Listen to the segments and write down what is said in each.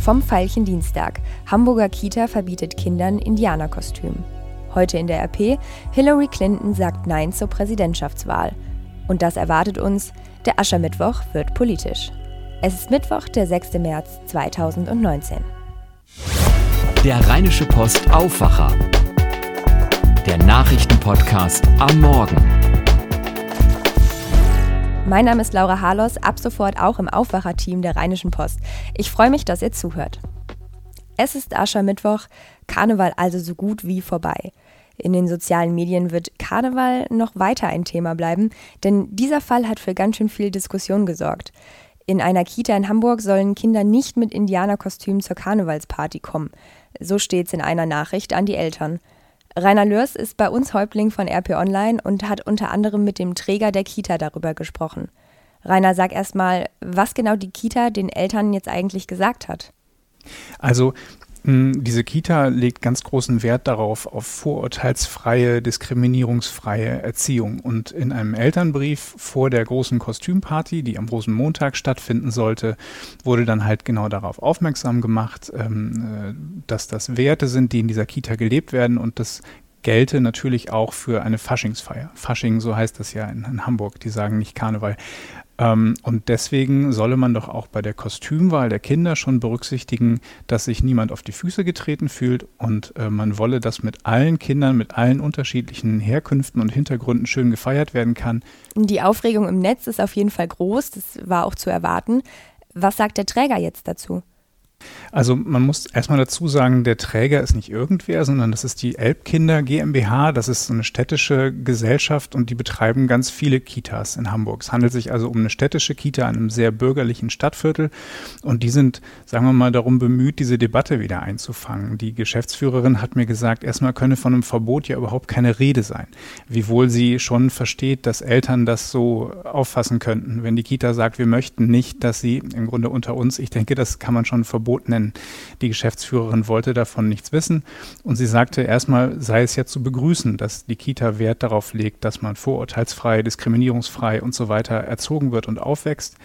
Vom Veilchendienstag. Hamburger Kita verbietet Kindern Indianerkostüm. Heute in der RP, Hillary Clinton sagt Nein zur Präsidentschaftswahl. Und das erwartet uns, der Aschermittwoch wird politisch. Es ist Mittwoch, der 6. März 2019. Der Rheinische Post Aufwacher. Der Nachrichtenpodcast am Morgen. Mein Name ist Laura Harlos, ab sofort auch im Aufwacher-Team der Rheinischen Post. Ich freue mich, dass ihr zuhört. Es ist Aschermittwoch, Karneval also so gut wie vorbei. In den sozialen Medien wird Karneval noch weiter ein Thema bleiben, denn dieser Fall hat für ganz schön viel Diskussion gesorgt. In einer Kita in Hamburg sollen Kinder nicht mit Indianerkostümen zur Karnevalsparty kommen. So steht's in einer Nachricht an die Eltern. Rainer Lörs ist bei uns Häuptling von RP Online und hat unter anderem mit dem Träger der Kita darüber gesprochen. Rainer, sag erstmal, was genau die Kita den Eltern jetzt eigentlich gesagt hat. Also diese Kita legt ganz großen Wert darauf, auf vorurteilsfreie, diskriminierungsfreie Erziehung. Und in einem Elternbrief vor der großen Kostümparty, die am Rosenmontag stattfinden sollte, wurde dann halt genau darauf aufmerksam gemacht, dass das Werte sind, die in dieser Kita gelebt werden, und das gelte natürlich auch für eine Faschingsfeier. Fasching, so heißt das ja in Hamburg, die sagen nicht Karneval. Und deswegen solle man doch auch bei der Kostümwahl der Kinder schon berücksichtigen, dass sich niemand auf die Füße getreten fühlt, und man wolle, dass mit allen Kindern, mit allen unterschiedlichen Herkünften und Hintergründen schön gefeiert werden kann. Die Aufregung im Netz ist auf jeden Fall groß, das war auch zu erwarten. Was sagt der Träger jetzt dazu? Also man muss erstmal dazu sagen, der Träger ist nicht irgendwer, sondern das ist die Elbkinder GmbH. Das ist so eine städtische Gesellschaft und die betreiben ganz viele Kitas in Hamburg. Es handelt sich also um eine städtische Kita in einem sehr bürgerlichen Stadtviertel, und die sind, sagen wir mal, darum bemüht, diese Debatte wieder einzufangen. Die Geschäftsführerin hat mir gesagt, erstmal könne von einem Verbot ja überhaupt keine Rede sein. Wiewohl sie schon versteht, dass Eltern das so auffassen könnten. Wenn die Kita sagt, wir möchten nicht, dass sie, im Grunde unter uns, ich denke, das kann man schon Verbot nennen. Die Geschäftsführerin wollte davon nichts wissen, und sie sagte, erstmal sei es ja zu begrüßen, dass die Kita Wert darauf legt, dass man vorurteilsfrei, diskriminierungsfrei und so weiter erzogen wird und aufwächst.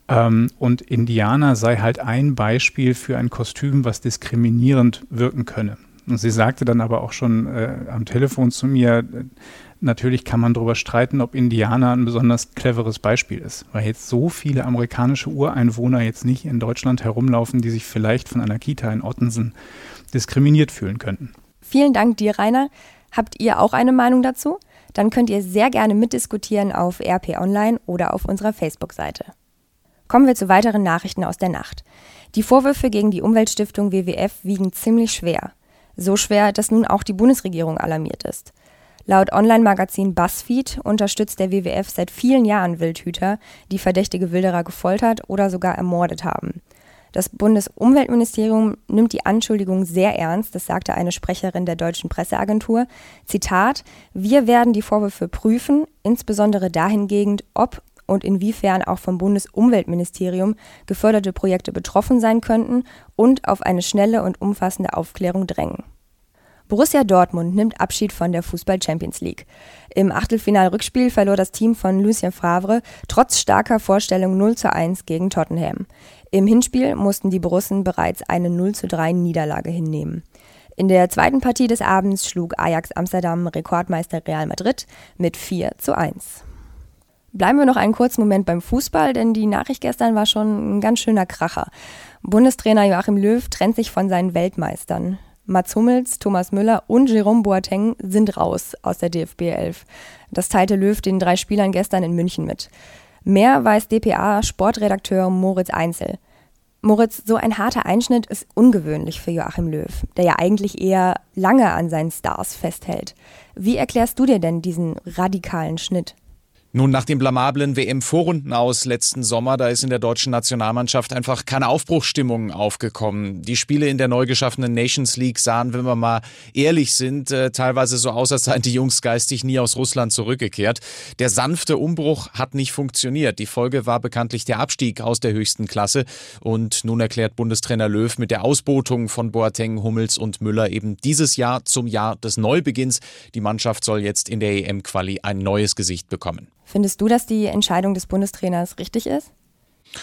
Und Indianer sei halt ein Beispiel für ein Kostüm, was diskriminierend wirken könne. Und sie sagte dann aber auch schon am Telefon zu mir, natürlich kann man darüber streiten, ob Indianer ein besonders cleveres Beispiel ist, weil jetzt so viele amerikanische Ureinwohner jetzt nicht in Deutschland herumlaufen, die sich vielleicht von einer Kita in Ottensen diskriminiert fühlen könnten. Vielen Dank dir, Rainer. Habt ihr auch eine Meinung dazu? Dann könnt ihr sehr gerne mitdiskutieren auf RP Online oder auf unserer Facebook-Seite. Kommen wir zu weiteren Nachrichten aus der Nacht. Die Vorwürfe gegen die Umweltstiftung WWF wiegen ziemlich schwer. So schwer, dass nun auch die Bundesregierung alarmiert ist. Laut Online-Magazin BuzzFeed unterstützt der WWF seit vielen Jahren Wildhüter, die verdächtige Wilderer gefoltert oder sogar ermordet haben. Das Bundesumweltministerium nimmt die Anschuldigung sehr ernst, das sagte eine Sprecherin der deutschen Presseagentur. Zitat: Wir werden die Vorwürfe prüfen, insbesondere dahingehend, ob und inwiefern auch vom Bundesumweltministerium geförderte Projekte betroffen sein könnten, und auf eine schnelle und umfassende Aufklärung drängen. Borussia Dortmund nimmt Abschied von der Fußball-Champions League. Im Achtelfinal-Rückspiel verlor das Team von Lucien Favre trotz starker Vorstellung 0:1 gegen Tottenham. Im Hinspiel mussten die Borussen bereits eine 0:3 Niederlage hinnehmen. In der zweiten Partie des Abends schlug Ajax Amsterdam Rekordmeister Real Madrid mit 4:1. Bleiben wir noch einen kurzen Moment beim Fußball, denn die Nachricht gestern war schon ein ganz schöner Kracher. Bundestrainer Joachim Löw trennt sich von seinen Weltmeistern. Mats Hummels, Thomas Müller und Jerome Boateng sind raus aus der DFB 11. Das teilte Löw den 3 Spielern gestern in München mit. Mehr weiß dpa-Sportredakteur Moritz Einzel. Moritz, so ein harter Einschnitt ist ungewöhnlich für Joachim Löw, der ja eigentlich eher lange an seinen Stars festhält. Wie erklärst du dir denn diesen radikalen Schnitt? Nun, nach dem blamablen WM-Vorrundenaus letzten Sommer, da ist in der deutschen Nationalmannschaft einfach keine Aufbruchsstimmung aufgekommen. Die Spiele in der neu geschaffenen Nations League sahen, wenn wir mal ehrlich sind, teilweise so aus, als seien die Jungs geistig nie aus Russland zurückgekehrt. Der sanfte Umbruch hat nicht funktioniert. Die Folge war bekanntlich der Abstieg aus der höchsten Klasse. Und nun erklärt Bundestrainer Löw mit der Ausbotung von Boateng, Hummels und Müller eben dieses Jahr zum Jahr des Neubeginns. Die Mannschaft soll jetzt in der EM-Quali ein neues Gesicht bekommen. Findest du, dass die Entscheidung des Bundestrainers richtig ist?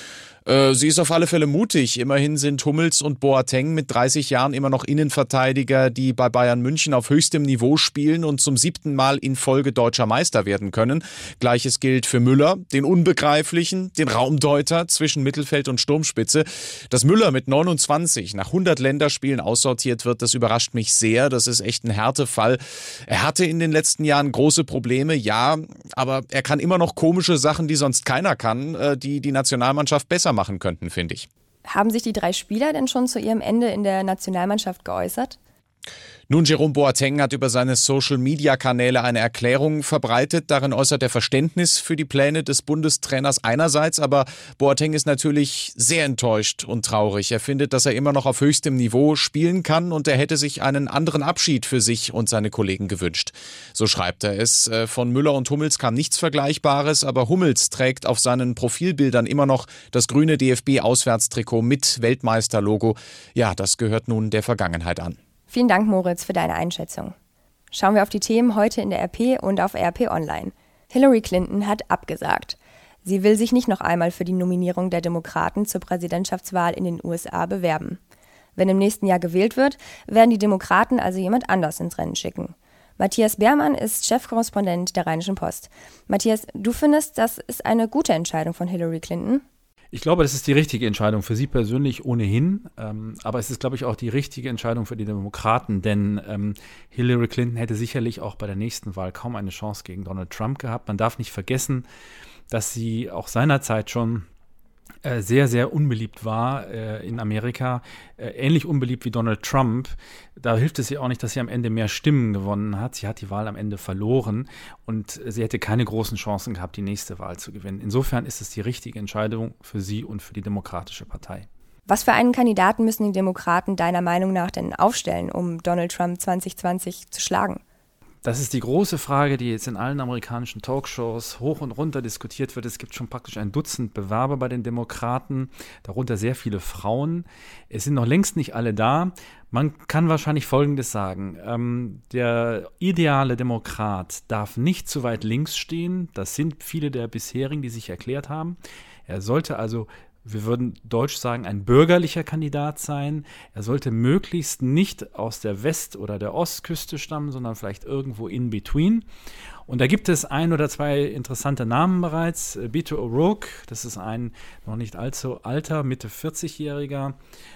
Sie ist auf alle Fälle mutig. Immerhin sind Hummels und Boateng mit 30 Jahren immer noch Innenverteidiger, die bei Bayern München auf höchstem Niveau spielen und zum 7. Mal in Folge deutscher Meister werden können. Gleiches gilt für Müller, den Unbegreiflichen, den Raumdeuter zwischen Mittelfeld und Sturmspitze. Dass Müller mit 29 nach 100 Länderspielen aussortiert wird, das überrascht mich sehr. Das ist echt ein Härtefall. Er hatte in den letzten Jahren große Probleme, ja, aber er kann immer noch komische Sachen, die sonst keiner kann, die die Nationalmannschaft besser machen könnten, finde ich. Haben sich die 3 Spieler denn schon zu ihrem Ende in der Nationalmannschaft geäußert? Nun, Jerome Boateng hat über seine Social-Media-Kanäle eine Erklärung verbreitet. Darin äußert er Verständnis für die Pläne des Bundestrainers einerseits, aber Boateng ist natürlich sehr enttäuscht und traurig. Er findet, dass er immer noch auf höchstem Niveau spielen kann und er hätte sich einen anderen Abschied für sich und seine Kollegen gewünscht. So schreibt er es. Von Müller und Hummels kam nichts Vergleichbares, aber Hummels trägt auf seinen Profilbildern immer noch das grüne DFB-Auswärtstrikot mit Weltmeisterlogo. Ja, das gehört nun der Vergangenheit an. Vielen Dank, Moritz, für deine Einschätzung. Schauen wir auf die Themen heute in der RP und auf RP Online. Hillary Clinton hat abgesagt. Sie will sich nicht noch einmal für die Nominierung der Demokraten zur Präsidentschaftswahl in den USA bewerben. Wenn im nächsten Jahr gewählt wird, werden die Demokraten also jemand anders ins Rennen schicken. Matthias Beermann ist Chefkorrespondent der Rheinischen Post. Matthias, du findest, das ist eine gute Entscheidung von Hillary Clinton? Ich glaube, das ist die richtige Entscheidung für sie persönlich ohnehin, aber es ist, glaube ich, auch die richtige Entscheidung für die Demokraten, denn Hillary Clinton hätte sicherlich auch bei der nächsten Wahl kaum eine Chance gegen Donald Trump gehabt. Man darf nicht vergessen, dass sie auch seinerzeit schon sehr, sehr unbeliebt war in Amerika, ähnlich unbeliebt wie Donald Trump. Da hilft es ihr auch nicht, dass sie am Ende mehr Stimmen gewonnen hat. Sie hat die Wahl am Ende verloren und sie hätte keine großen Chancen gehabt, die nächste Wahl zu gewinnen. Insofern ist es die richtige Entscheidung für sie und für die Demokratische Partei. Was für einen Kandidaten müssen die Demokraten deiner Meinung nach denn aufstellen, um Donald Trump 2020 zu schlagen? Das ist die große Frage, die jetzt in allen amerikanischen Talkshows hoch und runter diskutiert wird. Es gibt schon praktisch ein Dutzend Bewerber bei den Demokraten, darunter sehr viele Frauen. Es sind noch längst nicht alle da. Man kann wahrscheinlich Folgendes sagen. Der ideale Demokrat darf nicht zu weit links stehen. Das sind viele der bisherigen, die sich erklärt haben. Er sollte also, wir würden deutsch sagen, ein bürgerlicher Kandidat sein. Er sollte möglichst nicht aus der West- oder der Ostküste stammen, sondern vielleicht irgendwo in between. Und da gibt es 1 oder 2 interessante Namen bereits. Beto O'Rourke, das ist ein noch nicht allzu alter, Mitte 40-Jähriger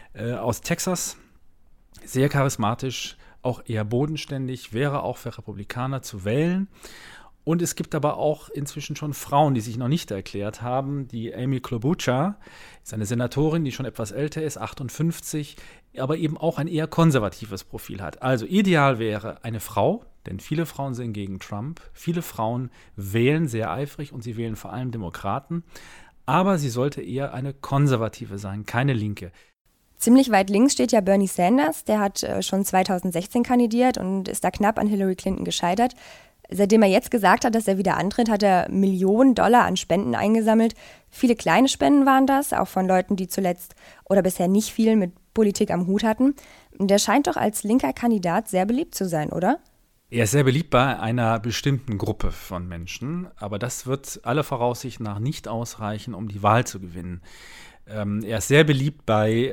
aus Texas. Sehr charismatisch, auch eher bodenständig, wäre auch für Republikaner zu wählen. Und es gibt aber auch inzwischen schon Frauen, die sich noch nicht erklärt haben. Die Amy Klobuchar ist eine Senatorin, die schon etwas älter ist, 58, aber eben auch ein eher konservatives Profil hat. Also ideal wäre eine Frau, denn viele Frauen sind gegen Trump. Viele Frauen wählen sehr eifrig und sie wählen vor allem Demokraten. Aber sie sollte eher eine konservative sein, keine Linke. Ziemlich weit links steht ja Bernie Sanders. Der hat schon 2016 kandidiert und ist da knapp an Hillary Clinton gescheitert. Seitdem er jetzt gesagt hat, dass er wieder antritt, hat er Millionen Dollar an Spenden eingesammelt. Viele kleine Spenden waren das, auch von Leuten, die zuletzt oder bisher nicht viel mit Politik am Hut hatten. Der scheint doch als linker Kandidat sehr beliebt zu sein, oder? Er ist sehr beliebt bei einer bestimmten Gruppe von Menschen, aber das wird aller Voraussicht nach nicht ausreichen, um die Wahl zu gewinnen. Er ist sehr beliebt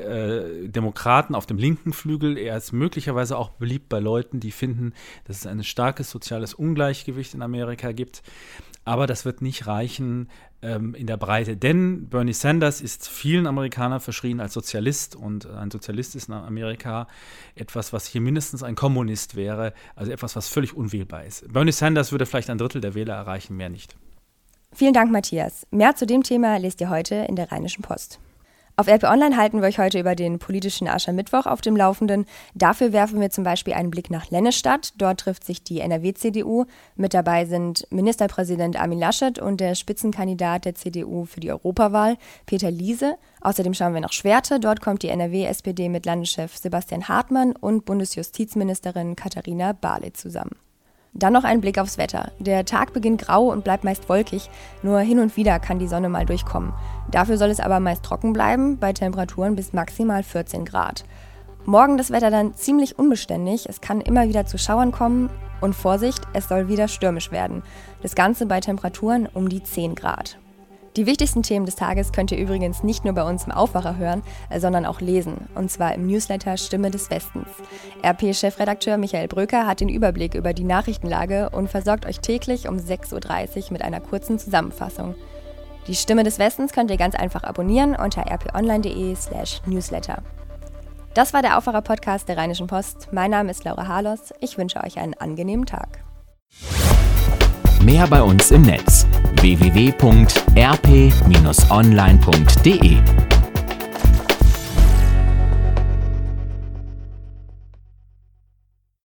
bei Demokraten auf dem linken Flügel. Er ist möglicherweise auch beliebt bei Leuten, die finden, dass es ein starkes soziales Ungleichgewicht in Amerika gibt. Aber das wird nicht reichen in der Breite. Denn Bernie Sanders ist vielen Amerikanern verschrien als Sozialist. Und ein Sozialist ist in Amerika etwas, was hier mindestens ein Kommunist wäre. Also etwas, was völlig unwählbar ist. Bernie Sanders würde vielleicht 1/3 der Wähler erreichen, mehr nicht. Vielen Dank, Matthias. Mehr zu dem Thema lest ihr heute in der Rheinischen Post. Auf RP Online halten wir euch heute über den politischen Aschermittwoch auf dem Laufenden. Dafür werfen wir zum Beispiel einen Blick nach Lennestadt. Dort trifft sich die NRW-CDU. Mit dabei sind Ministerpräsident Armin Laschet und der Spitzenkandidat der CDU für die Europawahl, Peter Liese. Außerdem schauen wir nach Schwerte. Dort kommt die NRW-SPD mit Landeschef Sebastian Hartmann und Bundesjustizministerin Katharina Barley zusammen. Dann noch ein Blick aufs Wetter. Der Tag beginnt grau und bleibt meist wolkig, nur hin und wieder kann die Sonne mal durchkommen. Dafür soll es aber meist trocken bleiben, bei Temperaturen bis maximal 14 Grad. Morgen das Wetter dann ziemlich unbeständig, es kann immer wieder zu Schauern kommen und Vorsicht, es soll wieder stürmisch werden. Das Ganze bei Temperaturen um die 10 Grad. Die wichtigsten Themen des Tages könnt ihr übrigens nicht nur bei uns im Aufwacher hören, sondern auch lesen. Und zwar im Newsletter Stimme des Westens. RP-Chefredakteur Michael Bröker hat den Überblick über die Nachrichtenlage und versorgt euch täglich um 6.30 Uhr mit einer kurzen Zusammenfassung. Die Stimme des Westens könnt ihr ganz einfach abonnieren unter rponline.de/newsletter. Das war der Aufwacher-Podcast der Rheinischen Post. Mein Name ist Laura Harlos. Ich wünsche euch einen angenehmen Tag. Mehr bei uns im Netz: www.rp-online.de